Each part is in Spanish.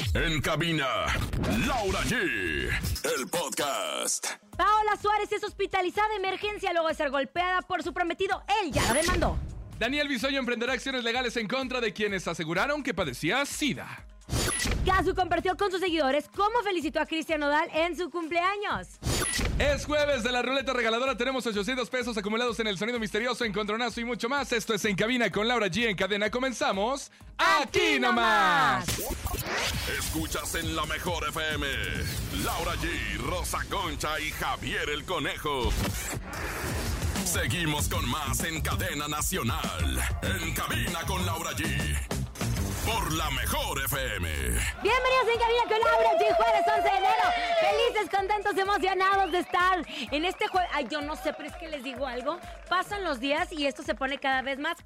En cabina, Laura G. El podcast. Paola Suárez es hospitalizada de emergencia luego de ser golpeada por su prometido. Él ya la demandó. Daniel Bisoño emprenderá acciones legales en contra de quienes aseguraron que padecía SIDA. Casu compartió con sus seguidores cómo felicitó a Cristian Nodal en su cumpleaños. Es jueves de la ruleta regaladora. Tenemos 800 pesos acumulados en el sonido misterioso, encontronazo y mucho más. Esto es En Cabina con Laura G. En cadena comenzamos aquí nomás. Escuchas en la mejor FM. Laura G, Rosa Concha y Javier el Conejo. Seguimos con más en cadena nacional. En Cabina con Laura G. Por la mejor FM. Bienvenidos en Cabina con Laura G. Jueves 11 de enero. Felices, contentos, emocionados de estar en este jueves. Ay, yo no sé, pero es que les digo algo. Pasan los días y esto se pone cada vez más...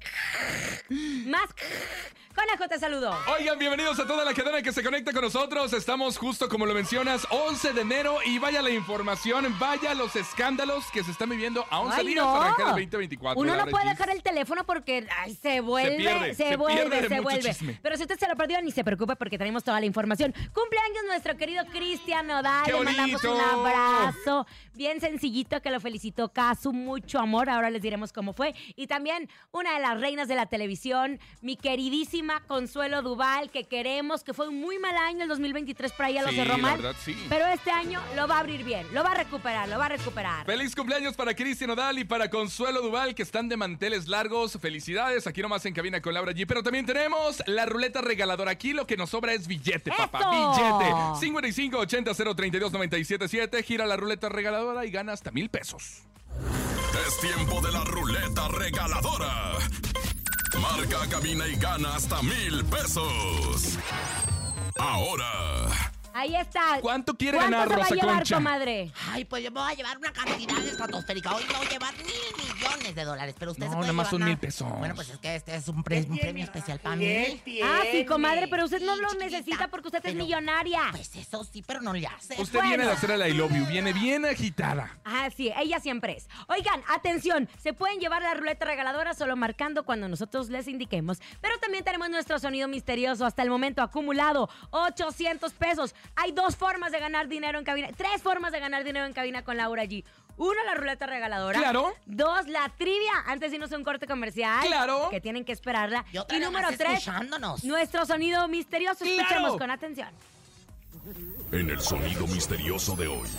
Conejo, te saludo. Oigan, bienvenidos a toda la cadena que se conecta con nosotros. Estamos justo como lo mencionas, 11 de enero. Y vaya la información, vaya los escándalos que se están viviendo a 11 días para arrancar el 2024. Uno no Laura puede G. dejar el teléfono porque se vuelve, se vuelve. Chisme. Pero si usted se lo perdió, ni se preocupe porque tenemos toda la información. Cumpleaños nuestro querido Cristian Nodal. ¡Qué Le mandamos un bonito! abrazo bien sencillito que lo felicitó Casu. Mucho amor. Ahora les diremos cómo fue. Y también una de las reinas de la televisión, mi queridísima Consuelo Duval, que queremos, que fue un muy mal año el 2023 para ella, lo cerró mal. La verdad, sí. Pero este año lo va a abrir bien, lo va a recuperar. Feliz cumpleaños para Cristian Nodal y para Consuelo Duval, que están de manteles largos. Felicidades, aquí nomás en Cabina con Laura G. Pero también tenemos la ruleta regaladora. Aquí lo que nos sobra es billete, papá. ¡Eso! Billete. 5580-032-9777. Gira la ruleta regaladora y gana hasta 1,000 pesos. Es tiempo de la ruleta regaladora. Marca, cabina y gana hasta 1,000 pesos. Ahora. Ahí está. ¿Cuánto quiere ganar, ¿Cuánto se va Rosa a llevar, Concha? comadre? Ay, pues yo me voy a llevar una cantidad estratosférica. Hoy me voy a llevar $1,000,000,000. Pero usted No, se puede nada más llevar son nada. 1,000 pesos. Bueno, pues es que este es un premio especial para mí. Ah, sí, comadre, pero usted no lo chiquitita, necesita porque usted es pero- millonaria. Pues eso sí, pero no le hace. Usted viene Bueno. de hacer el I love you. Viene bien agitada. Ah, sí, ella siempre es. Oigan, atención, se pueden llevar la ruleta regaladora solo marcando cuando nosotros les indiquemos. Pero también tenemos nuestro sonido misterioso hasta el momento acumulado, 800 pesos. Hay dos formas de ganar dinero en cabina, tres formas de ganar dinero en cabina con Laura G. Uno, la ruleta regaladora. Claro. Dos, la trivia, antes de irnos a un corte comercial. Claro. Que tienen que esperarla. Yo Y número tres, escuchándonos. nuestro sonido misterioso. Claro. Escuchemos con atención. En el sonido misterioso de hoy.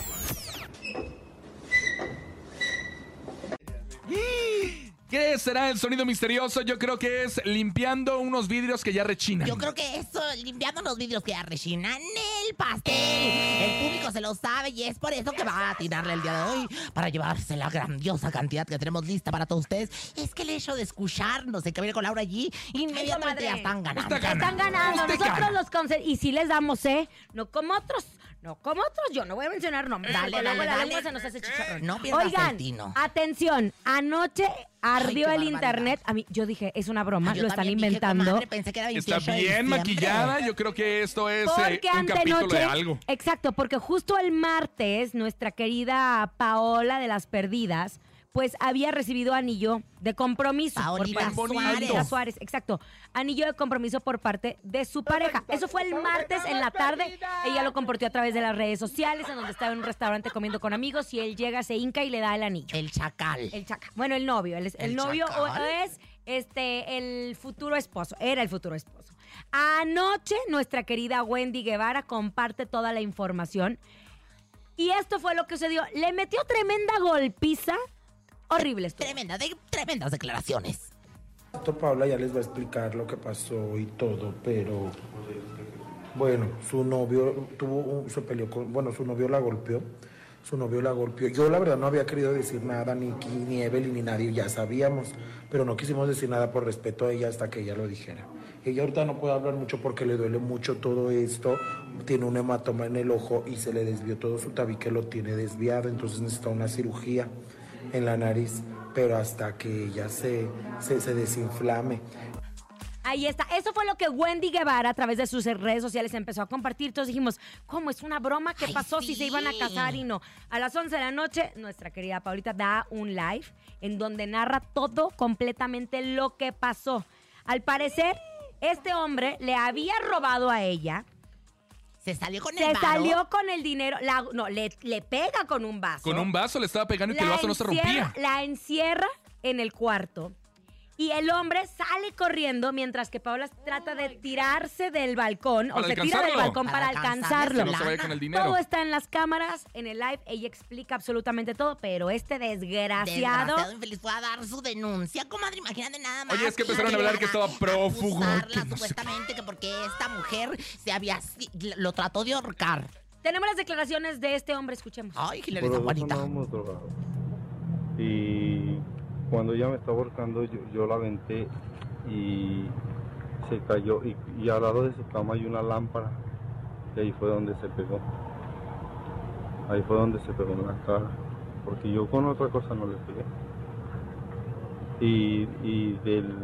¿Qué será el sonido misterioso? Yo creo que es limpiando unos vidrios que ya rechinan. Yo creo que eso, limpiando los vidrios que arrechinan el pastel. El público se lo sabe y es por eso que va a tirarle el día de hoy para llevarse la grandiosa cantidad que tenemos lista para todos ustedes. Es que el hecho de escucharnos, de que viene con Laura allí, inmediatamente ya están ganando. Usted gana. Están ganando. Usted Nosotros gana. los y si les damos, no como otros. No como otros, yo no voy a mencionar nombres. Dale, Luego dale, la dale. lengua se nos hace chicharrón. No pierdas Oigan, el tino. atención, anoche ardió qué el barbaridad. internet. A mí, yo dije, es una broma, Yo lo están también dije, inventando. comadre, pensé que era Está 28 de bien diciembre. maquillada. Yo creo que esto es Porque un capítulo antenoche, de algo. exacto, porque justo el martes, nuestra querida Paola de las Perdidas, pues había recibido anillo de compromiso. Paolita por parte- Suárez. Paolita Suárez, exacto. Anillo de compromiso por parte de su pareja. Eso fue el martes en la tarde. Ella lo compartió a través de las redes sociales, en donde estaba en un restaurante comiendo con amigos y él llega, se hinca y le da el anillo. El chacal. El chaca. Bueno, el novio. El novio chacal. es el futuro esposo. Era el futuro esposo. Anoche, nuestra querida Wendy Guevara comparte toda la información. Y esto fue lo que sucedió. Le metió tremenda golpiza. Horrible esto. Tremendas declaraciones. Esto Paula ya les va a explicar lo que pasó y todo, pero bueno, su novio se peleó su novio la golpeó. Yo la verdad no había querido decir nada, ni Evelyn ni nadie, ya sabíamos, pero no quisimos decir nada por respeto a ella hasta que ella lo dijera. Ella ahorita no puede hablar mucho porque le duele mucho todo esto, tiene un hematoma en el ojo y se le desvió todo su tabique, lo tiene desviado, entonces necesita una cirugía en la nariz, pero hasta que ella se desinflame. Ahí está. Eso fue lo que Wendy Guevara a través de sus redes sociales empezó a compartir. Todos dijimos, ¿cómo es una broma? ¿Qué Ay, pasó si sí. se iban a casar y no? A las 11 de la noche, nuestra querida Paulita da un live en donde narra todo completamente lo que pasó. Al parecer, este hombre le había robado a ella Se salió con el Se varo. salió con el dinero. Le pega con un vaso. Con un vaso le estaba pegando y que el vaso no se rompía. La encierra en el cuarto. Y el hombre sale corriendo mientras que Paola trata de tirarse del balcón. Para o se tira del alcanzarlo. balcón para Para alcanzarlo. Que no se vaya con el dinero. Todo está en las cámaras, en el live. Ella explica absolutamente todo, pero este desgraciado... Infeliz fue a dar su denuncia, comadre. Imagínate nada más. Oye, es que empezaron a hablar que estaba prófugo, Acusarla, que no sé supuestamente, que porque esta mujer lo trató de ahorcar. Tenemos las declaraciones de este hombre, escuchemos. Ay, Por Hilarita los dos Juanita. andábamos drogados. Y cuando ella me estaba ahorcando, yo la aventé y se cayó. Y al lado de su cama hay una lámpara. Y ahí fue donde se pegó. Ahí fue donde se pegó en la cara. Porque yo con otra cosa no le pegué. Y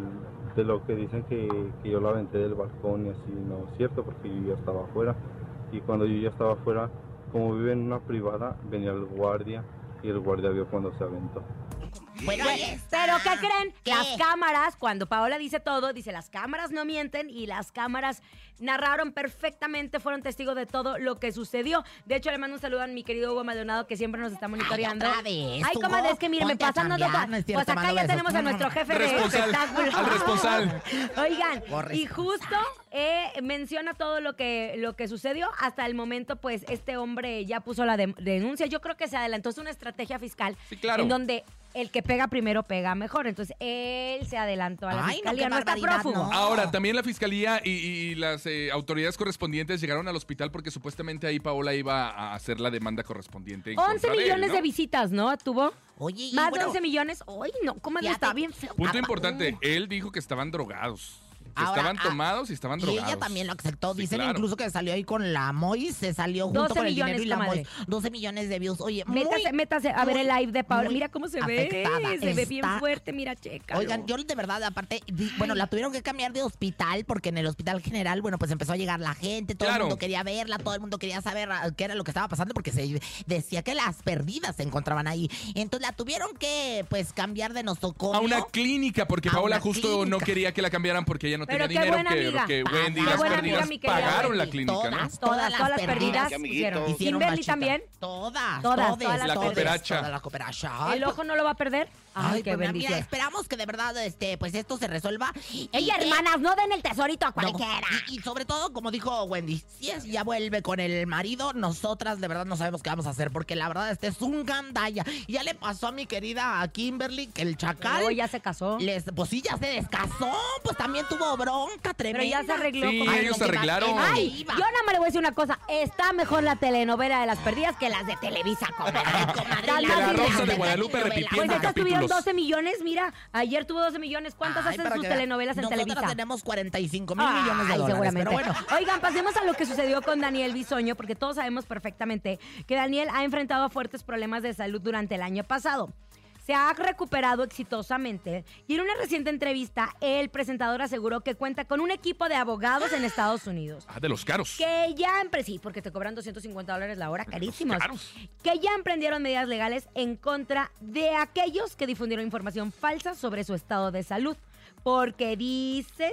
de lo que dicen que yo la aventé del balcón y así, no es cierto, porque yo ya estaba afuera. Y cuando yo ya estaba afuera, como vive en una privada, venía el guardia y el guardia vio cuando se aventó. Bueno, ahí está. ¿Pero qué creen? ¿Qué? Las cámaras, cuando Paola dice todo, dice las cámaras no mienten y las cámaras narraron perfectamente, fueron testigos de todo lo que sucedió. De hecho, le mando un saludo a mi querido Hugo Maldonado que siempre nos está monitoreando. Otra vez, Ay, Hugo, comadre, es que mire, me ponte a pasan chambear, notas. no es cierto, Pues acá mando ya besos. tenemos a nuestro jefe Responsal, de espectáculo. al responsal. Oigan, Corre. y justo menciona todo lo que sucedió. Hasta el momento, pues, este hombre ya puso la denuncia. Yo creo que se adelantó, es una estrategia fiscal. Sí, claro. En donde el que pega primero pega mejor. Entonces, él se adelantó a la Ay, no, fiscalía. qué No está barbaridad, prófugo. no. Ahora, también la fiscalía y las autoridades correspondientes llegaron al hospital porque supuestamente ahí Paola iba a hacer la demanda correspondiente. en 11 contra de él, millones ¿no? de visitas, ¿no? Tuvo Oye, y más de bueno, 11 millones. Ay, no, ¿cómo Fíjate. está bien feo? Punto importante, él dijo que estaban drogados. Que Ahora, estaban tomados y estaban y drogados. ella también lo aceptó. Sí, Dicen claro. incluso que salió ahí con la Mois, se salió junto 12 con el dinero millones, y la comadre. Mois. 12 millones de views. Oye, muy, Métase a ver el live de Paola. muy Mira cómo se afectada ve. Se ve bien está. fuerte, mira, checa. Oigan, yo de verdad, aparte, bueno, la tuvieron que cambiar de hospital porque en el hospital general, bueno, pues empezó a llegar la gente, todo Claro. el mundo quería verla, todo el mundo quería saber qué era lo que estaba pasando porque se decía que las perdidas se encontraban ahí. Entonces la tuvieron que, pues, cambiar de nosocomio. A una clínica, porque A Paola una justo clínica. no quería que la cambiaran porque ella no Pero tenía qué dinero. buena amiga. Que Wendy y Qué las buena pérdidas amiga, mi querida pagaron la Wendy. clínica, ¿no? Todas las perdidas hicieron. ¿Y Hicieron Kimberly bachita. también? Todas, Todas todas, las La todas, cooperacha. todas, la cooperacha. ¿El ojo no lo va a perder? Ay, qué pues, mira, bendición. esperamos que de verdad, pues esto se resuelva. Y Ey, que- hermanas, no den el tesorito a No, cualquiera. y sobre todo, como dijo Wendy, si ya vuelve con el marido, nosotras de verdad no sabemos qué vamos a hacer, porque la verdad este es un gandalla. Y ya le pasó a mi querida Kimberly que el chacal, Luego ya se casó. pues sí, ya se descasó, pues también tuvo bronca tremenda. Pero ya se arregló. Sí, comadre. ellos se que va- arreglaron. Ay, iba. yo nada más le voy a decir una cosa. Está mejor la telenovela de las perdidas que las de Televisa, comadre. Ay, comadre, Tal Que vez la sí, Rosa de la- Guadalupe telenovela. repitiendo Pues estas tuvieron capítulos. 12 millones, mira. Ayer tuvo 12 millones. ¿Cuántas Ay, hacen para sus que- telenovelas en Nosotras Televisa? tenemos 45,000 Ay, millones de dólares, seguramente. pero bueno. Oigan, pasemos a lo que sucedió con Daniel Bisoño, porque todos sabemos perfectamente que Daniel ha enfrentado a fuertes problemas de salud durante el año pasado. Se ha recuperado exitosamente y en una reciente entrevista, el presentador aseguró que cuenta con un equipo de abogados en Estados Unidos. Ah, de los caros. Que ya sí, porque te cobran $250 la hora, carísimos. caros. Que ya emprendieron medidas legales en contra de aquellos que difundieron información falsa sobre su estado de salud. Porque dicen,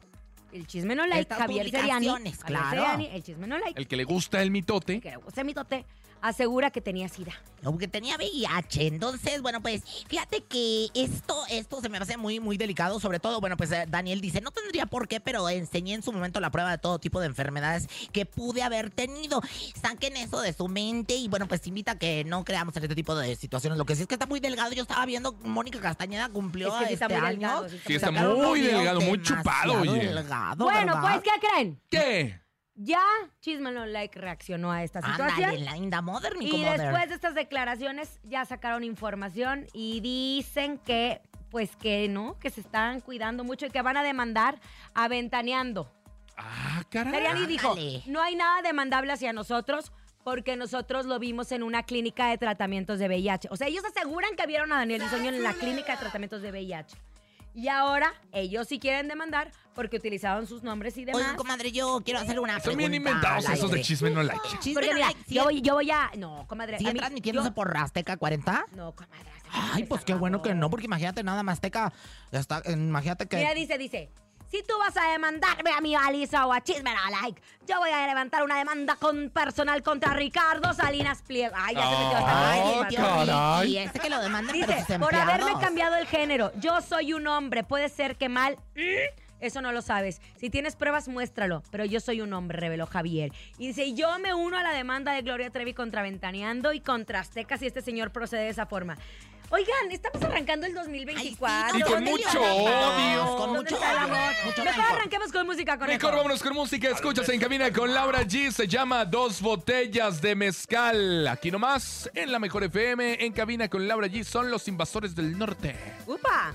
el chisme no like, Estas Javier Seriani, publicaciones, claro. el chisme no like, El que le gusta el mitote. que le gusta mi tote, asegura que tenía SIDA. Aunque tenía VIH. Entonces, bueno, pues fíjate que esto se me hace muy, muy delicado. Sobre todo, bueno, pues Daniel dice, no tendría por qué, pero enseñé en su momento la prueba de todo tipo de enfermedades que pude haber tenido. Saquen eso de su mente y, bueno, pues invita a que no creamos en este tipo de situaciones. Lo que sí es que está muy delgado. Yo estaba viendo, Mónica Castañeda cumplió Es que sí está este muy año. delgado, Sí, está Sacaron muy unos videos delgado, muy chupado, demasiado oye. delgado, Bueno, ¿verdad? pues, ¿qué creen? ¿Qué? Ya Chisme no like reaccionó a esta situación. Ándale, la Inda Mother, mi Y comadre. después de estas declaraciones ya sacaron información y dicen que, pues que no, que se están cuidando mucho y que van a demandar a Ventaneando. Ah, caray. Seriani dijo, Ándale. no hay nada demandable hacia nosotros porque nosotros lo vimos en una clínica de tratamientos de VIH. O sea, ellos aseguran que vieron a Daniel Bisoño en la clínica de tratamientos de VIH. Y ahora ellos sí quieren demandar porque utilizaron sus nombres y demás. Oye, comadre, yo quiero hacerle una Son pregunta. bien inventados al esos de aire. chisme no like. Chisme Porque no mira, like, yo voy a... No, comadre. ¿Sigue a mí- transmitiéndose yo- por Azteca 40? No, comadre. Ay, pues qué bueno que no, porque imagínate nada más Azteca. Imagínate que. Mira, dice, si tú vas a demandarme a mi Alisa o a Chismera Like, yo voy a levantar una demanda personal contra Ricardo Salinas Pliego. Ay, ya se metió hasta Ay, la caray. Y este que lo demanden, pero Dice, sus por empleados. haberme cambiado el género, yo soy un hombre, puede ser que mal... Eso no lo sabes. Si tienes pruebas, muéstralo. Pero yo soy un hombre, reveló Javier. Y dice, yo me uno a la demanda de Gloria Trevi contra Ventaneando y contra Azteca si este señor procede de esa forma. Oigan, estamos arrancando el 2024. Y con ¿Dónde mucho está el amor? odio. Con ¿Dónde mucho está el odio, amor? mucho Mejor rencor. arranquemos con música, con Mejor vámonos con música. Escuchas en cabina con Laura G. Se llama Dos Botellas de Mezcal. Aquí nomás, en la Mejor FM, en cabina con Laura G. Son los invasores del norte. ¡Upa!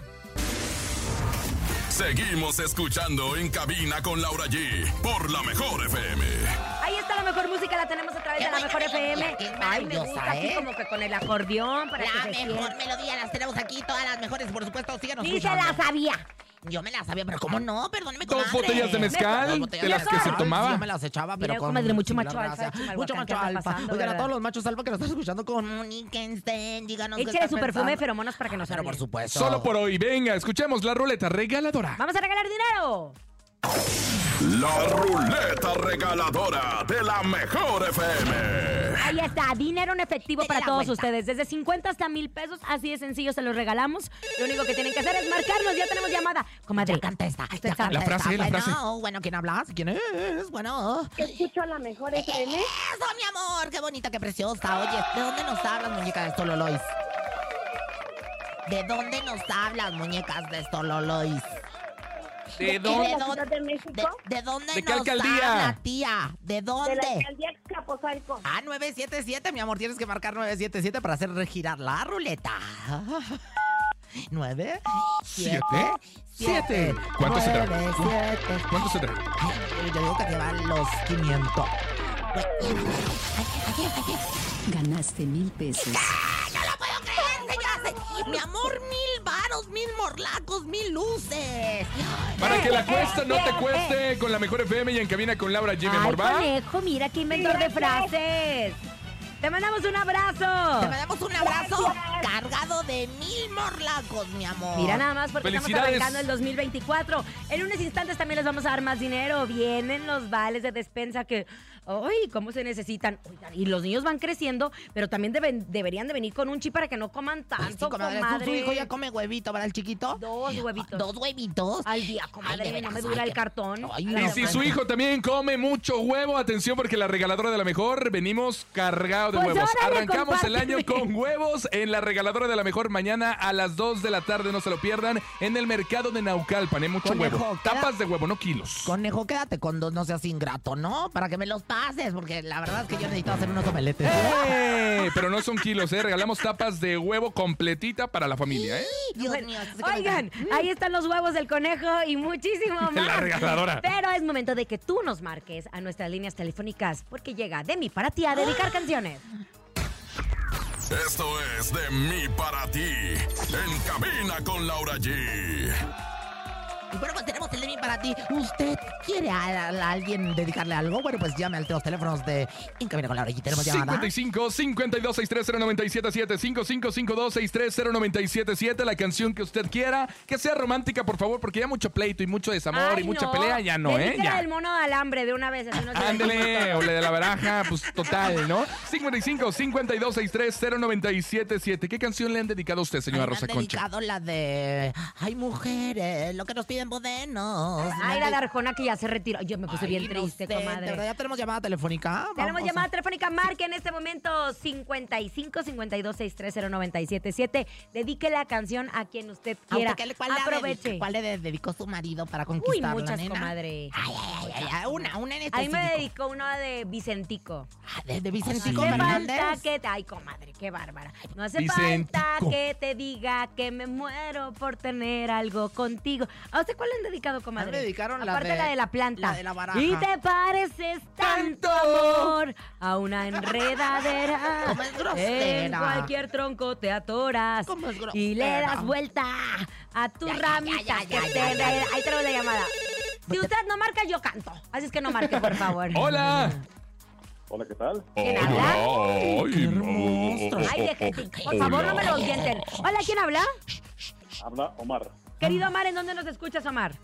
Seguimos escuchando en cabina con Laura G por la Mejor FM. Ahí está la mejor música, la tenemos a través de la Qué Mejor buena FM. melodía, qué Ay, me maravillosa, gusta así ¿eh? como que con el acordeón para La que se mejor sienta. melodía las tenemos aquí, todas las mejores, por supuesto, síganos Ni se escuchando. la sabía. Yo me la sabía, pero ¿cómo no? Perdóneme, Dos comadre. botellas de mezcal, Dos botellas de las que se mezcal. tomaba. Yo me las echaba, pero Mira, con comadre, mucho similar macho alfa, gracia. Chimalhuacán, Mucho ¿qué macho anda alfa. pasando, Oigan, a verdad? todos los machos alfa que nos están escuchando con Moniquenstein, díganos qué Échale están su perfume de pensando. feromonas para que nos Pero armen. por supuesto. Solo por hoy, venga, escuchemos la ruleta regaladora. ¡Vamos a regalar dinero! La ruleta regaladora de la Mejor FM. Ahí está, dinero en efectivo Dele para la todos vuelta. ustedes. Desde 50 hasta 1,000 pesos, así de sencillo se los regalamos. Lo único que tienen que hacer es marcarnos. Ya tenemos llamada. Comadre, Ya canta esta. usted Ya sabe. La frase, la frase. Bueno, ¿quién habla? ¿Quién es? Bueno. Escucho a la Mejor FM. Eso, mi amor, qué bonita, qué preciosa. Oye, ¿de dónde nos hablas, muñeca de Stololois? ¿De dónde nos hablas, muñecas de Stololois? ¿De ¿De dónde? la Ciudad de México? ¿De dónde ¿De qué nos alcaldía? habla, tía? ¿De De dónde? la alcaldía Capozalco. Ah, 977, mi amor, tienes que marcar 977 para hacer girar la ruleta. 9, 7, 7. ¿Cuánto se trae? 9, 7. ¿Cuánto se trae? Yo digo que te van los 500. Ganaste 1,000 pesos. ¡No lo puedo creer, señoras! Mi amor, 1,000 varos, 1,000 morlacos, 1,000 luces. Para que la cuesta no te cueste con la Mejor FM y en cabina con Laura G. Mi Ay, amor, ¿va? conejo, mira qué inventor de frases. Te mandamos un abrazo. Te mandamos un abrazo cargado de 1,000 morlacos, mi amor. Mira nada más porque estamos Felicidades. arrancando el 2024. En unos instantes también les vamos a dar más dinero. Vienen los vales de despensa que, ¡ay! ¿Cómo se necesitan? Oigan, y los niños van creciendo, pero también deberían de venir con un chip para que no coman Ay, tanto, sí, comadre. comadre. ¿Su hijo ya come huevito, ¿verdad, el chiquito? 2 huevitos. 2 huevitos. Al día, Ay, comadre, de no me veras, dura ay, el qué- cartón. Ay, A Y la si semana. su hijo también come mucho huevo, atención porque la regaladora de la Mejor venimos cargado de Pues huevos. órale, Arrancamos el año compárteme. con huevos en la regaladora de la Mejor mañana a las 2 de la tarde, no se lo pierdan, en el mercado de Naucalpan, mucho Conejo, huevo. queda- Tapas de huevo, no kilos. Conejo, quédate con 2, no seas ingrato, ¿no? Para que me los pases, porque la verdad es que yo necesito hacer unos omeletes. Pero no son kilos, ¿eh? Regalamos tapas de huevo completita para la familia, ¿eh? Dios mío, esto se queda- Oigan, ahí están los huevos del conejo y muchísimo más. La regaladora. Pero es momento de que tú nos marques a nuestras líneas telefónicas porque llega de mí para ti a dedicar canciones. Esto es de mí para ti. En cabina con Laura G. Y bueno, pues tenemos el de mí para ti. ¿Usted quiere a alguien dedicarle algo? Bueno, pues llame a los teléfonos de En Cabina con Laura. Y tenemos llamada. 55 52 630 977 5552 630 977 la canción que usted quiera, que sea romántica, por favor, porque ya mucho pleito y mucho desamor Ay, y mucha no. pelea ya no, ¿eh? Dedíquela Ya. del mono de alambre de una vez. Así no se Ándele, o le de la baraja, pues total, ¿no? 55 52 630 977 ¿Qué canción le han dedicado a usted, señora Ay, me Rosa han Concha? dedicado la de Ay, mujeres, lo que nos piden podenos. Ay, la de Arjona que ya se retiró. Yo me puse bien Ay, no triste, sé, comadre. ¿de verdad ya tenemos llamada telefónica? Tenemos Vamos llamada a- telefónica. Marque en este momento 55 52 630 977. Dedique la canción a quien usted ¿A quiera. usted cuál le Aproveche. ¿Cuál le dedicó su marido para Uy, conquistarla, muchas, nena? comadre. Ay, una en A mí específico. me dedicó una de Vicentico. Ah, de No Vicentico hace Fernández. falta que te... Ay, comadre, qué bárbara. No hace Vicentico. falta que te diga que me muero por tener algo contigo. ¿A usted cuál le han dedicado, comadre? A mí me dedicaron la Aparte de- la de la planta. la de la baraja. Y te pareces tanto amor a una enredadera. ¿Cómo es grosera? En cualquier tronco te atoras. ¿Cómo es grosera? Y le das vuelta a tu Ya, ya, ramita. ya, que ya, te- ya, ya. Ahí tenemos la llamada. Si usted no marca, yo canto. Así es que no marque, por favor. Hola. Hola, ¿qué tal? ¿Quién habla? Ay, monstruo. Ay, por favor, no me lo sienten. Hola, ¿quién habla? Habla Omar. Querido Omar, ¿en dónde nos escuchas, Omar?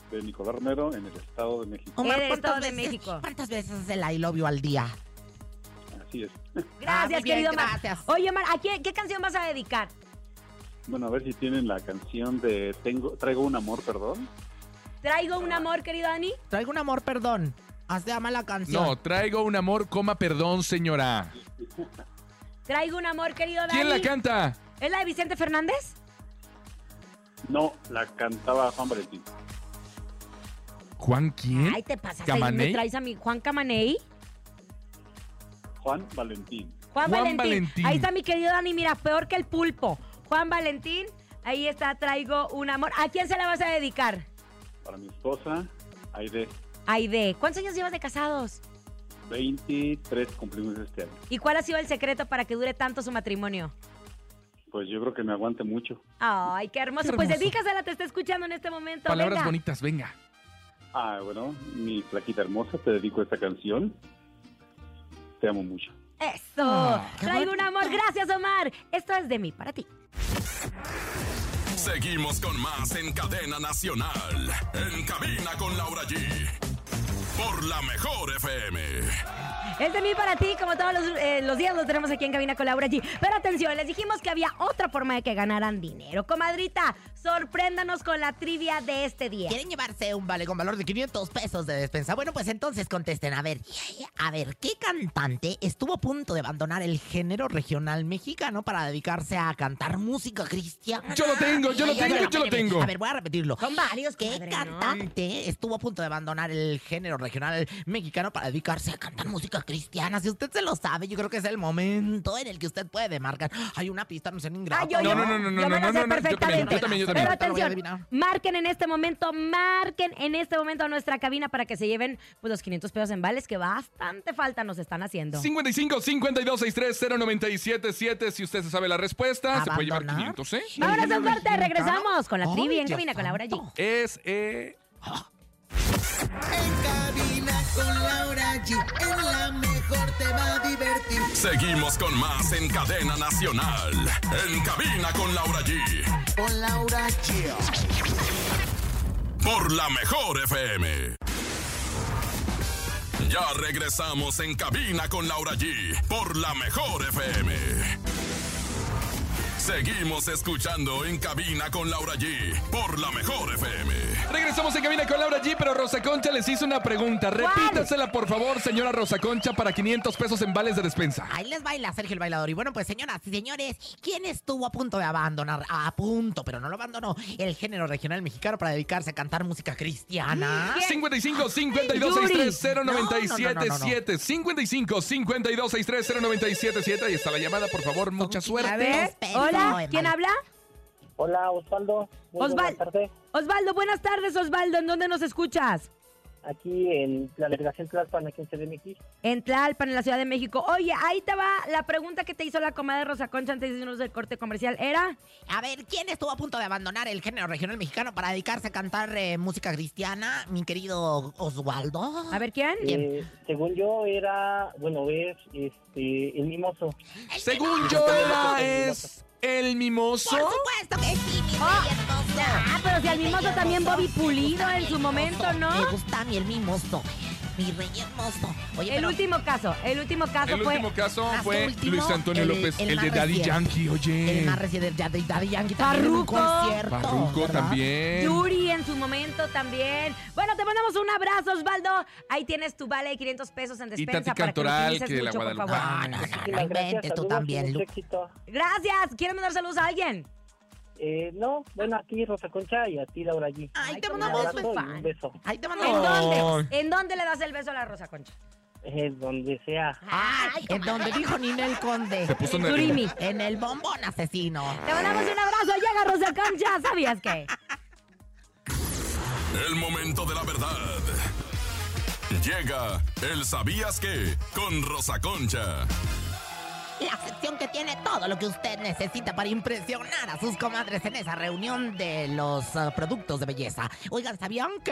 de Nicolás Romero en el Estado de México. Omar, El Estado de veces- México. ¿Cuántas veces es el I love you al día? Así es. Gracias, muy bien, querido Omar. gracias. Oye, Omar, ¿a qué canción vas a dedicar? Bueno, a ver si tienen la canción de Traigo un amor, perdón. ¿Traigo un amor, querido Dani? Traigo un amor, perdón. Así llama la canción. No, traigo un amor, coma perdón, señora. ¿Traigo un amor, querido Dani? ¿Quién la canta? ¿Es la de Vicente Fernández? No, la cantaba Juan Valentín. ¿Juan quién? Ay, te pasas. Ahí ¿Camaney? me traes a mi Juan Camaney. Juan Valentín. Juan Juan Valentín. Valentín. Ahí está mi querido Dani, mira, peor que el pulpo. Juan Valentín, ahí está, traigo un amor. ¿A quién se la vas a dedicar? Para mi esposa, Aide. Aide. ¿Cuántos años llevas de casados? 23 cumplimos este año. ¿Y cuál ha sido el secreto para que dure tanto su matrimonio? Pues yo creo que me aguante mucho. Ay, qué hermoso. Qué Pues hermoso. dedícasela, te está escuchando en este momento. Palabras Venga. bonitas, venga. Bueno, mi flaquita hermosa, te dedico esta canción. Te amo mucho. Eso. Traigo un amor. Gracias, Omar. Esto es de mí para ti. Seguimos con más en Cadena Nacional. En cabina con Laura G. Por la mejor FM. Es de mí para ti, como todos los días lo tenemos aquí en Cabina con Laura G. Pero atención, les dijimos que había otra forma de que ganaran dinero. Comadrita, sorpréndanos con la trivia de este día. ¿Quieren llevarse un vale con valor de 500 pesos de despensa? Bueno, pues entonces contesten. A ver, ¿qué cantante estuvo a punto de abandonar el género regional mexicano para dedicarse a cantar música cristiana? Yo lo tengo, yo lo tengo. A ver, voy a repetirlo. Son varios, ¿Qué comadre, ¿no? cantante estuvo a punto de abandonar el género regional mexicano para dedicarse a cantar música cristiana? Si usted se lo sabe, yo creo que es el momento en el que usted puede marcar. Hay una pista, no sé, ingrato. Yo No, me lo sé perfectamente. yo también. Pero Ahorita lo voy a atención, adivinar. marquen en este momento a nuestra cabina para que se lleven pues, los 500 pesos en vales que bastante falta nos están haciendo. 55 52 63 0977. Si usted se sabe la respuesta, se puede llevar ¿Abandonar? 500, ¿eh? Vámonos a un corte, regresamos con la Ay, trivia en Dios Cabina con Laura G. santo. Es En cabina con Laura G. En la mejor te va a divertir. Seguimos con más en Cadena Nacional. En cabina con Laura G. Con Laura G. Por la mejor FM. Ya regresamos en cabina con Laura G. Por la mejor FM. Seguimos escuchando en cabina con Laura G. Por la mejor FM. Regresamos en cabina con Laura G, pero Rosa Concha les hizo una pregunta. Repítasela, por favor, señora Rosa Concha, para 500 pesos en vales de despensa. Ahí les baila Sergio el Bailador. Y bueno, pues señoras y señores, ¿quién estuvo a punto de abandonar? A punto, pero no lo abandonó, el género regional mexicano para dedicarse a cantar música cristiana. 55 52 63 0977. No. 55 52 63 0977. Ahí está la llamada, por favor, mucha suerte. A ver, Pero, hola, ¿quién habla? Hola, Osvaldo. Muy buenas tardes. Osvaldo, buenas tardes, Osvaldo. ¿En dónde nos escuchas? Aquí en la delegación Tlalpan, aquí en CDMX. En Tlalpan, en la Ciudad de México. Oye, ahí te va la pregunta que te hizo la comadre Rosa Concha antes de irnos del corte comercial. ¿Era? A ver, ¿quién estuvo a punto de abandonar el género regional mexicano para dedicarse a cantar música cristiana? Mi querido Osvaldo. A ver, ¿quién? Según yo era, bueno, es el Mimoso. Según yo es el Mimoso. Por supuesto que sí, mi rey hermoso. Pero si al Mimoso también Bobby Pulido en su momento, ¿no? Me gusta a mí el Mimoso. Mi rey hermoso. Oye, El último caso fue... El último caso Más fue último, Luis Antonio López, el más de Daddy reciente. Yankee, oye. El más reciente de Daddy Yankee también en un Farruko. concierto. Farruko ¿verdad? también. Yuri en su momento también. Bueno, te mandamos un abrazo, Osvaldo. Ahí tienes tu vale de 500 pesos en despensa. Tati para que lo Cantoral, utilices que de la mucho, por Guadalupe. favor. No Muchísimas inventes gracias, tú saludos, también, mucho Lu. éxito. Gracias. ¿Quieres mandar saludos a alguien? No, bueno, aquí Rosa Concha y a ti, Laura G. Ay, te Un mandamos abrazo muy y fan. un beso. Ahí te ¿En mandamos. dónde? ¿En dónde le das el beso a la Rosa Concha? Donde sea. Ay, en donde dijo Ninel Conde. Se puso En nervioso. Surimi. En el bombón asesino. Te mandamos un abrazo. Llega Rosa Concha. ¿Sabías qué? El momento de la verdad. Llega el ¿Sabías qué? Con Rosa Concha. la sección que tiene todo lo que usted necesita para impresionar a sus comadres en esa reunión de los productos de belleza. Oigan, ¿sabían que?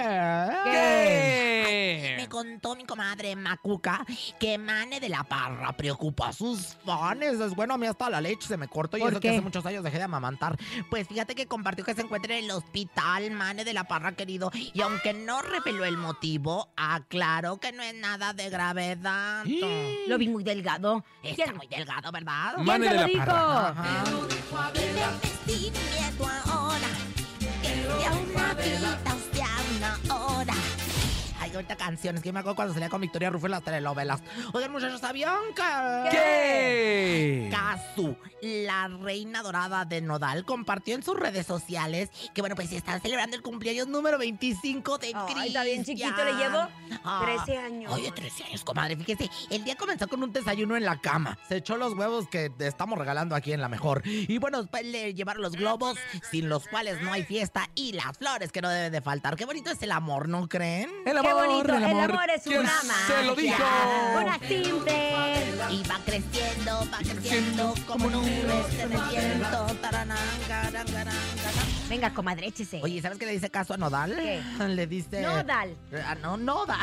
¿Qué? Me contó mi comadre Macuca que Mane de la Parra preocupa a sus fans. Es bueno, a mí hasta la leche se me cortó y ¿Por eso qué? que hace muchos años dejé de amamantar. Pues fíjate que compartió que se encuentra en el hospital Mane de la Parra, querido. Y aunque no reveló el motivo, aclaró que no es nada de gravedad. Lo vi muy delgado. Está muy delgado, ¿verdad? ¿Quién Mane te de lo la dijo? Parra. Ajá. Vestir miedo ahora, que sea una vida, sea una hora. Ay, ahorita canciones, que me acuerdo cuando salía con Victoria Rufo en las telenovelas. Oigan, muchachos, ¿sabían que? ¿Qué? Casu, la reina dorada de Nodal, compartió en sus redes sociales que, bueno, pues están celebrando el cumpleaños número 25 de Cristian. Ay, está bien chiquito, le llevo 13 años. Oye, 13 años, comadre. Fíjese, el día comenzó con un desayuno en la cama. Se echó los huevos que estamos regalando aquí en La Mejor. Y bueno, después le llevaron los globos, sin los cuales no hay fiesta, y las flores que no deben de faltar. Qué bonito es el amor, ¿no creen? Qué bonito, el amor es ¿Quién una se lo dijo? una simple. Y va creciendo como nubes en el viento. Taranán, garán, garán, garán. Venga, comadre, échese. Oye, ¿sabes qué le dice Casu a Nodal? ¿Qué? Le dice... Nodal. No, Nodal.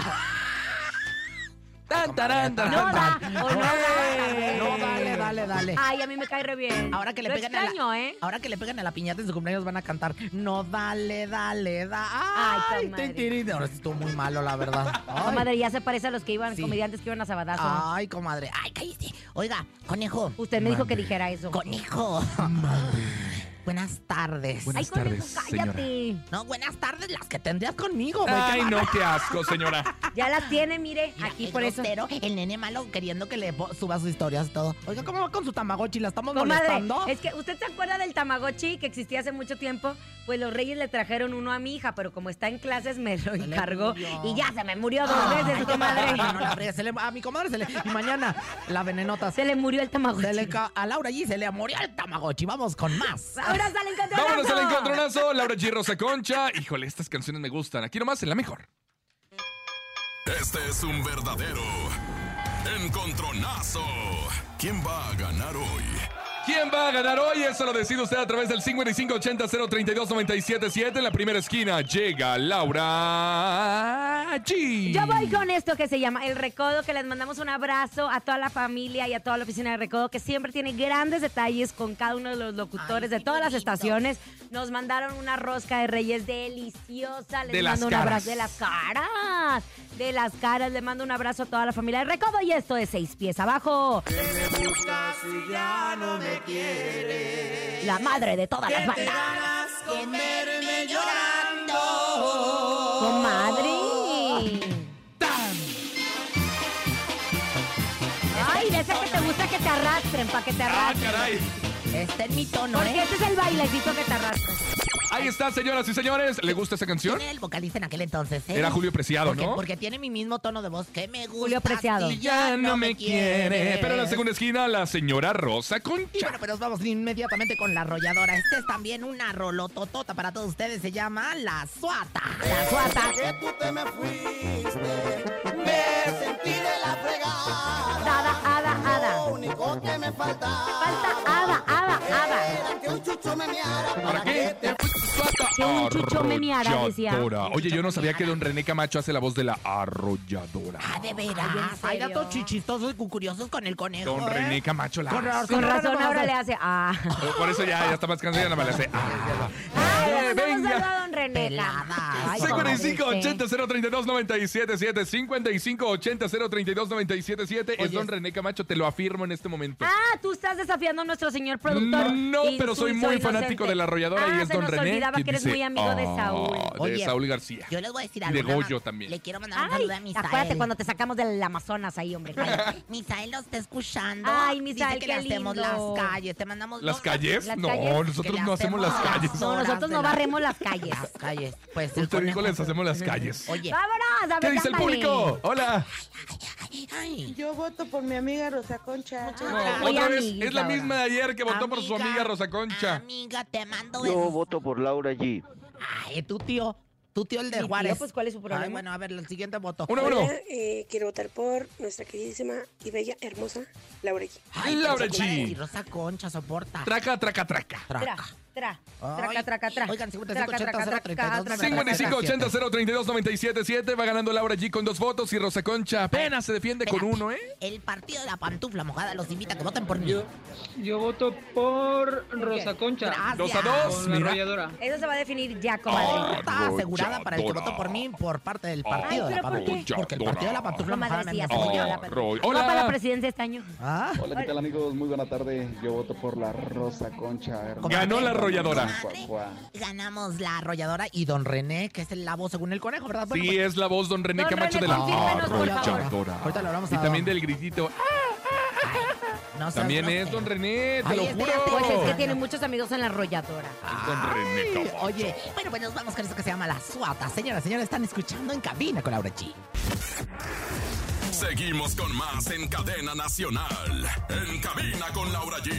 Tan, tarán, tarán, No da, tan. o no da. No, dale. Ay, a mí me cae re bien. Ahora que le Lo pegan extraño, ahora que le pegan a la piñata en su cumpleaños van a cantar no dale, da. Ay, comadre. tin. Ahora sí estuvo muy malo, la verdad. Ay, Comadre, ya se parece a los que iban, Sí. comediantes que iban a Sabadazo. Ay, comadre. Ay, cállate. Oiga, conejo. Usted me dijo que dijera eso. Conejo. Buenas tardes. Buenas Ay, conejo, tardes, señora. cállate. No, buenas tardes las que tendrías conmigo, güey. Ay, qué no, bárbaro. qué asco, señora. Ya las tiene, mire, Mira, aquí el por eso. grosero, el nene malo queriendo que le suba sus historias y todo. Oiga, ¿cómo va con su Tamagotchi? ¿La estamos Comadre, molestando? es que ¿usted se acuerda del Tamagotchi que existía hace mucho tiempo? Pues los reyes le trajeron uno a mi hija, pero como está en clases me lo le encargó murió. y ya se me murió 2 veces, comadre. No, la friegue, a mi comadre se le... Y mañana la venenota Se le murió el Tamagotchi. a Laura G se le murió el Tamagotchi. Vamos con más. Ahora sale encontronazo. Vámonos al encontronazo. Laura G. Rosa Concha. Híjole, estas canciones me gustan. Aquí nomás en La Mejor. Este es un verdadero encontronazo. ¿Quién va a ganar hoy? ¿Quién va a ganar hoy? Eso lo decide usted a través del 5580-032-977. En la primera esquina llega Laura G. Yo voy con esto que se llama El Recodo, que les mandamos un abrazo a toda la familia y a toda la oficina de Recodo, que siempre tiene grandes detalles con cada uno de los locutores de todas las estaciones. Nos mandaron una rosca de Reyes deliciosa. Les De las mando un caras. abrazo. De las caras. De las caras. Le mando un abrazo a toda la familia de Recodo y esto es 6 pies abajo. La madre de todas las bandas. Comerme llorando. Comadre. Ay, de esa que te gusta que te arrastren, para que te ¡Ah, arrastren. caray! Este es mi tono, Porque este es el bailecito que te arrastran. Ahí está, señoras y señores. ¿Le gusta esa canción? ¿Quién era el vocalista en aquel entonces? Era Julio Preciado, ¿no? Porque tiene mi mismo tono de voz que me gusta. Julio Preciado. si Ya no me quiere. Pero en la segunda esquina, la señora Rosa Y Concha. bueno, pero nos vamos inmediatamente con la arrolladora. Este es también una rolototota para todos ustedes. Se llama La Suata. La suata. Que tú te me fuiste, me sentí de la fregada. Hada. Lo único que me faltaba Falta hada. era que un chucho me meara ¿Para qué te fuiste, Suata? Que un chucho me meara, decía. Arrolladora. Oye, yo no sabía que don René Camacho hace la voz de la arrolladora. Ah, de veras. Ay, ¿en Hay serio? datos chichistosos y curiosos con el conejo. Don René Camacho la Con hace. Con razón no, ahora no. le hace Por eso ya está más cansada, nada más le hace. Ay, le mandamos venga. saludo a don René. Pelada. Ay, 5580-032-977. 5580-032-977. Es don René Camacho, te lo afirmo en este momento. Ah, tú estás desafiando a nuestro señor productor. No, pero soy muy fanático de la arrolladora y es don se nos René. olvidaba que eres dice, muy amigo de Saúl. De Oye, Saúl García. Yo les voy a decir Y algo. de nada más. Goyo también. Le quiero mandar un Ay, saludo a Misael. acuérdate cuando te sacamos del Amazonas ahí, hombre. Misael nos está escuchando. Ay, Misael, Dice que qué le hacemos lindo. las calles. Te mandamos... ¿Las calles? las No, calles. nosotros Que no le hacemos las hacemos calles. No, nosotros no barremos las calles. Las calles. Pues el Usted dijo conejo- les hacemos las calles. Oye. ¡Vámonos! A ¿Qué ver, dice el cántale. público? Hola. Ay. Yo voto por mi amiga Rosa Concha. No, Muy otra vez, amiguita, es la misma de ayer que votó por su Amiga, amiga Rosa Concha. Amiga, te mando Yo besos. voto por Laura G. Ay, tu tío. Tu tío, el de Mi Juárez. tío, pues, ¿cuál es su problema? Ay, bueno, a ver, el siguiente voto. Uno. Hola, quiero votar por nuestra queridísima y bella, hermosa Laura G. Ay, Laura pensé que G. iba a decir Rosa Concha, soporta. Traca. Tra. Oigan, 5580-032-977. Va ganando Laura G con 2 votos y Rosa Concha apenas se defiende con 1, ¿eh? El partido de la pantufla mojada los invita a que voten por mí. Yo voto por Rosa Concha. Gracias. 2-2. Con la Mira. arrolladora. Eso se va a definir ya, comadre. Está asegurada para el que votó por mí por parte del partido de la ¿pero por qué? pantufla. Porque el partido de la pantufla mojada Comadre, me sí, anda ya por se mí. murió. Hola. Va para la presidencia este año. Ah, Hola, ¿qué tal amigos? Muy buena tarde. Yo voto por la Rosa Concha. hermano. Ganó la arrolladora. ganamos la arrolladora y don René, que es la voz según el conejo, ¿verdad? Bueno, Sí, pues, es la voz don René Don Camacho René, de la confírmenos, por favor. arrolladora. ahorita lo hablamos Y a también del gritito. no seas También es grosero. don René, te Ay, lo espérate. juro. Pues es que tiene muchos amigos en la arrolladora. Es don René Ay, Camacho. oye, bueno, pues nos vamos con eso que se llama La Suata. Señoras, están escuchando En Cabina con Laura G. Seguimos con más en Cadena Nacional. En Cabina con Laura G.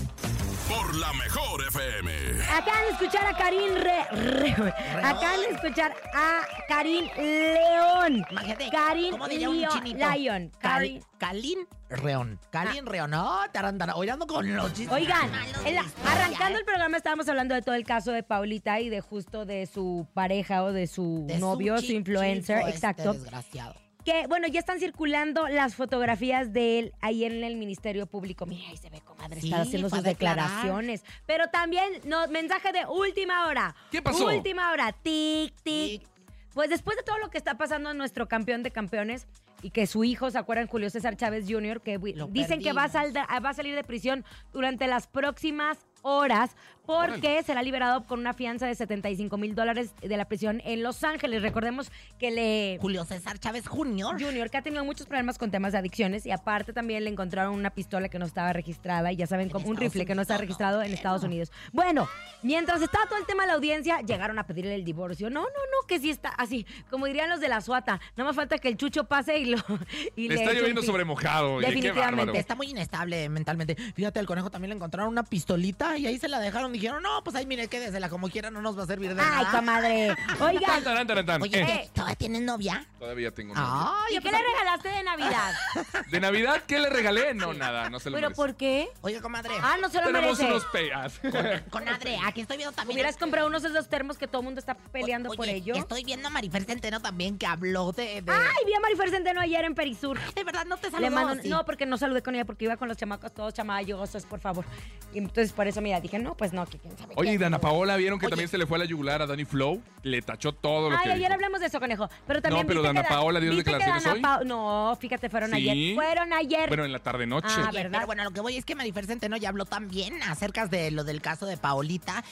Por la mejor FM. Acaban de escuchar a Karin Acaban de escuchar a Karin León. Imagínate, Karin ¿cómo diría un chinito? Lion. Karin. Calín Reón. Calín Reón. No, tarantana. Hoy ando con los chistes. Oigan, malos en de la- historia, arrancando ¿eh? el programa estábamos hablando de todo el caso de Paulita y de justo de su pareja o de su De novio, su influencer, chico exacto. desgraciado. Que, bueno, ya están circulando las fotografías de él ahí en el Ministerio Público. Mira, ahí se ve, comadre, Sí, está haciendo fue sus a declarar. declaraciones. Pero también, mensaje de última hora. ¿Qué pasó? Última hora, tic. Pues después de todo lo que está pasando a nuestro campeón de campeones y que su hijo, ¿se acuerdan? Julio César Chávez Jr., que dicen que va a salir de prisión durante las próximas horas porque será liberado con una fianza de $75,000 de la prisión en Los Ángeles. Recordemos que Julio César Chávez Jr. que ha tenido muchos problemas con temas de adicciones y aparte también le encontraron una pistola que no estaba registrada y ya saben, como un rifle que no está registrado en Estados Unidos. Bueno, mientras estaba todo el tema de la audiencia, llegaron a pedirle el divorcio. No, que sí está así, como dirían los de la Suata. No más falta que el Chucho pase y Le está lloviendo sobre mojado. Oye, qué Definitivamente. bárbaro. Está muy inestable mentalmente. Fíjate, al conejo también le encontraron una pistolita y ahí se la dejaron. Dijeron, no, pues ahí mire, quédesela como quiera, no nos va a servir de nada. Ay, comadre. Oigan. Tan. Oye, ¿todavía tienes novia? Todavía tengo novia. Ay, ¿Y qué le regalaste de Navidad? ¿De Navidad qué le regalé? No, nada, no se lo ¿Pero merece. por qué? Oye, comadre. Ah, no se lo Tenemos merece. unos peas. Comadre, aquí estoy viendo también. Hubieras comprado unos de esos termos que todo el mundo está peleando por Oye, ellos. Estoy viendo a Marifer Centeno también que habló de... Ay, vi a Marifer Centeno ayer en Perisur. De verdad, no te Le saludó. mando, ¿sí? no, porque no saludé con ella, porque iba con los chamacos todos chamayosos, por favor. Y entonces por eso, mira, dije, no, pues no, que quién sabe. Oye, qué. y Dana Paola, ¿vieron que Oye. también se le fue a la yugular a Dani Flow? Le tachó todo lo Ay, que ayer dijo. hablamos de eso, conejo. Pero también No, pero viste Dana que Paola dio ¿viste que declaraciones Dana hoy? No, fíjate, fueron Sí. ayer. Fueron ayer. Bueno, en la tarde-noche. Ah, Oye, ¿verdad? pero bueno, lo que voy es que Marifer Centeno ya habló también acerca de lo del caso de Paolita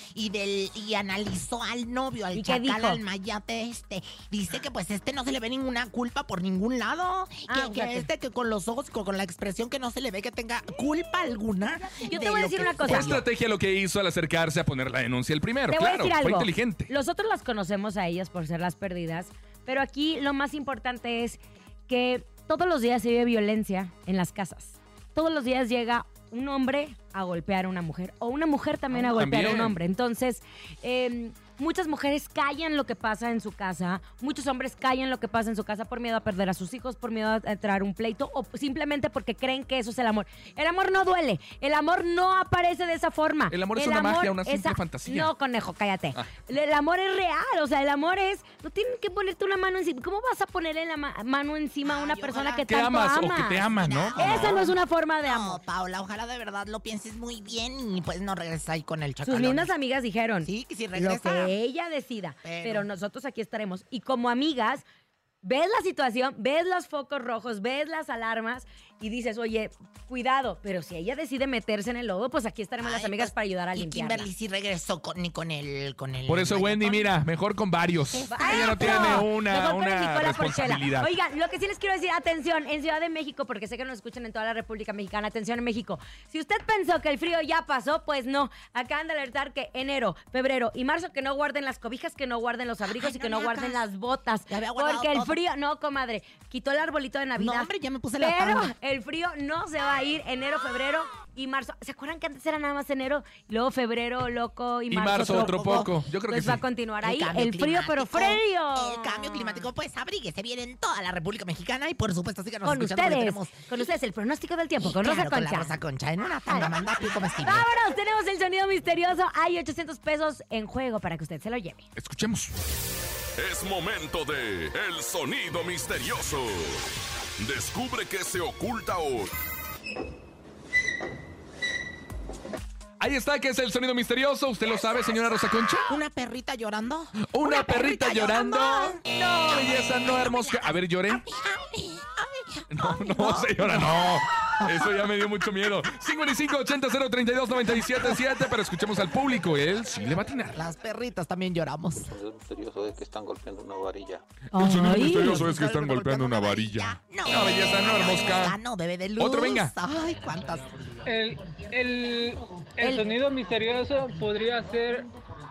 y analizó al novio, al ¿Y qué chacal, dijo? al mayate Dice que pues no se le ve ninguna culpa por ningún lado. Ah, que que con los ojos, con la expresión que no se le ve que tenga culpa alguna. Yo te de voy a lo decir que una cosa. Fue sucedió. estrategia lo que hizo al acercarse a poner la denuncia el primero. Te voy a Claro, decir algo. fue inteligente. Nosotros las conocemos a ellas por ser las perdidas, pero aquí lo más importante es que todos los días se vive violencia en las casas. Todos los días llega un hombre a golpear a una mujer o una mujer también a golpear a un también. hombre. Entonces, muchas mujeres callan lo que pasa en su casa, muchos hombres callan lo que pasa en su casa por miedo a perder a sus hijos, por miedo a entrar un pleito o simplemente porque creen que eso es el amor. El amor no duele, el amor no aparece de esa forma. El amor es una magia, una simple fantasía. No, conejo, cállate. Ah. El amor es real, o sea, el amor es... No tienen que ponerte una mano encima. ¿Cómo vas a ponerle la mano encima a una Ay, persona ojalá. que Que tanto amas o amas? que te ama, ¿no? Esa no es una forma de No, amor. Paola, ojalá de verdad lo pienses muy bien y pues no regreses ahí con el Sus chacalón. mismas amigas dijeron, Sí, que si lo regresa. que ella decida, pero Pero- nosotros aquí estaremos. Y como amigas, ves la situación, ves los focos rojos, ves las alarmas y dices, oye, cuidado. Pero si ella decide meterse en el lodo, pues aquí estaremos las Ay, amigas pues, para ayudar a y limpiarla. Kimberly sí regresó ni con el... Por eso, Wendy, mayatón. mira, mejor con varios. Ella no tiene Mejor una con el Nicola Porchela. responsabilidad. Oigan, lo que sí les quiero decir, atención, en Ciudad de México, porque sé que nos escuchan en toda la República Mexicana, atención en México. Si usted pensó que el frío ya pasó, pues no. Acaban de alertar que enero, febrero y marzo que no guarden las cobijas, que no guarden los abrigos Ay, y que no no me guarden hagas. las botas. Ya había guardado Porque el todo. frío, no, comadre, quitó el arbolito de Navidad. No, hombre, ya me puse la Pero tanga. el frío no se va a ir enero, febrero y marzo. ¿Se acuerdan que antes era nada más enero? Luego febrero, loco, y Y marzo, marzo otro poco. Yo creo que pues sí. va a continuar ahí cambio el frío, pero frío. El cambio climático, pues abríguese bien en toda la República Mexicana y por supuesto síganos Con escuchando porque ustedes, el pronóstico del tiempo con Rosa claro, con la Concha. Rosa Concha en una tanda mandapio comestible. Vámonos, tenemos el sonido misterioso. Hay 800 pesos en juego para que usted se lo lleve. Escuchemos. Es momento de El Sonido Misterioso. Descubre qué se oculta hoy. Ahí está, que es el sonido misterioso. ¿Usted lo sabe, señora Rosa Concha? ¿Una perrita llorando? ¿Una perrita llorando? No, belleza, no, hermosa. A ver, llore. No, señora, no. Eso ya me dio mucho miedo. 5580-032-977, pero escuchemos al público. Él sí le va a atinar. Las perritas también lloramos. El sonido misterioso es que están golpeando una varilla. El sonido misterioso es que están golpeando una varilla. No, belleza, no, hermosa. No, bebé de luz. Otro, venga. Ay, cuántas. El sonido misterioso podría ser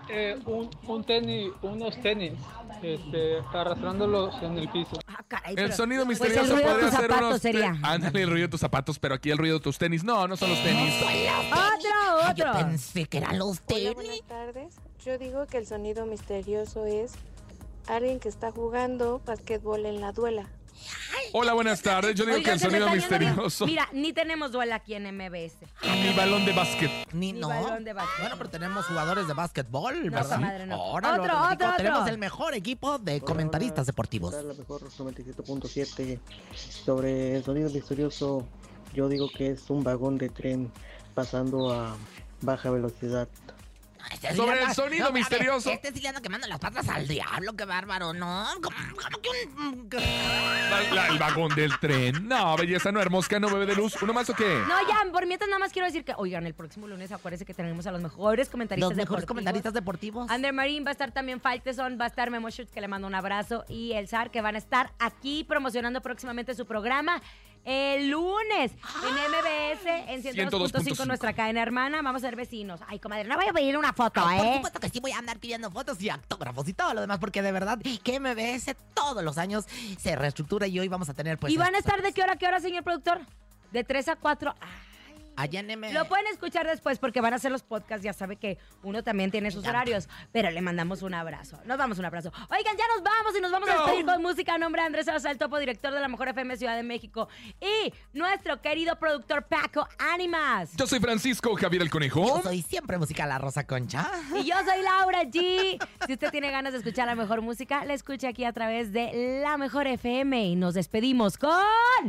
unos tenis, arrastrándolos en el piso. Caray, el sonido misterioso pues el ruido de podría tus ser zapatos unos... sería. Ándale, el ruido de tus zapatos, pero aquí el ruido de tus tenis. No, no son los tenis. Otro. Yo pensé que eran los tenis. Hola, buenas tardes. Yo digo que el sonido misterioso es alguien que está jugando basquetbol en la duela. Hola, buenas tardes. Yo digo Oigan, que el se me sonido está yendo bien. misterioso. Mira, ni tenemos duela aquí en MBS. Mi balón de básquet. Ni Ni no. balón de básquet. Bueno, pero tenemos jugadores de básquetbol, No, ¿verdad? comadre, no. Ahora Otro. tenemos el mejor equipo de comentaristas deportivos. La mejor 97.7 sobre el sonido misterioso. Yo digo que es un vagón de tren pasando a baja velocidad. Sobre el sonido misterioso. Este sí le anda quemando las patas al diablo, qué bárbaro, ¿no? Como que un... El vagón del tren. No, belleza, no, hermosa, no, bebé de luz. ¿Uno más o qué? No, ya, por mientras nada más quiero decir que, oigan, el próximo lunes acuérdense que tenemos a los mejores comentaristas deportivos. Ander Marín va a estar también, Falteson, va a estar Memo Schutz, que le mando un abrazo, y el Zar, que van a estar aquí promocionando próximamente su programa el lunes en MBS, en 102.5, nuestra cadena hermana. Vamos a ser vecinos. Ay, comadre, no vaya a pedir una foto, Por supuesto que sí voy a andar pidiendo fotos y autógrafos y todo lo demás, porque de verdad que MBS todos los años se reestructura y hoy vamos a tener pues... ¿Y van a estar de qué hora, señor productor? De 3 a 4. Allá en MBS. Lo pueden escuchar después porque van a hacer los podcasts. Ya sabe que uno también tiene sus horarios. Pero le mandamos un abrazo. Nos damos un abrazo. Oigan, ya nos vamos y nos vamos a despedir con música. A nombre de Andrés Salazar, el Topo, director de la Mejor FM Ciudad de México. Y nuestro querido productor Paco Ánimas. Yo soy Francisco Javier el Conejo. Yo soy siempre música La Rosa Concha. Y yo soy Laura G. Si usted tiene ganas de escuchar la mejor música, la escucha aquí a través de La Mejor FM. Y nos despedimos con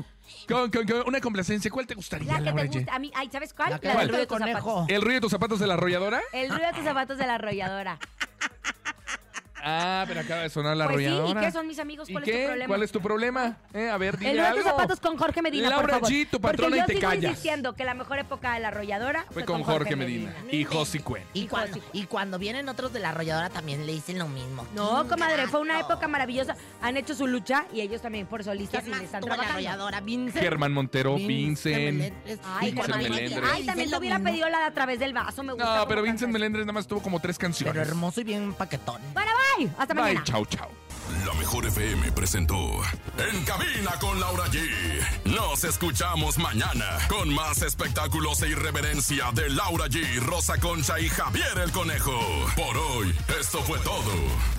una complacencia. ¿Cuál te gustaría, la que Laura te G? gusta. A mí, ¿sabes cuál? La que La del gusta ruido de el tus conejo. zapatos. ¿El ruido de tus zapatos de la arrolladora? El ruido de tus zapatos de la arrolladora. Ah, pero acaba de sonar la Pues sí, arrolladora. ¿y qué son mis amigos? ¿Y ¿Cuál es tu qué? problema? ¿Cuál es tu problema? A ver, dime El ruido de algo. tus zapatos con Jorge Medina, Laura por favor. G, tu patrona, Porque y te yo sigo callas. insistiendo que la mejor época de la arrolladora Fue con Jorge Medina. Y Josie Cuen. Y cuando vienen otros de la arrolladora también le dicen lo mismo. No, comadre, fue una época maravillosa. Han hecho su lucha y ellos también por solistas y ¿Quién le están más tuvo la trabajando. arrolladora? Vincent. Germán Montero, Vincent. Ay, Vincent comadre. Melendres. Ay, también te hubiera pedido la de A Través del Vaso. Me gusta. No, cómo pero canta Vincent eso. Melendres nada más tuvo como 3 canciones. Pero hermoso y bien paquetón. Bueno, bye. Hasta Bye, mañana. chau, chau. La Mejor FM presentó En Cabina con Laura G. Nos escuchamos mañana con más espectáculos e irreverencia de Laura G, Rosa Concha y Javier el Conejo. Por hoy, esto fue todo.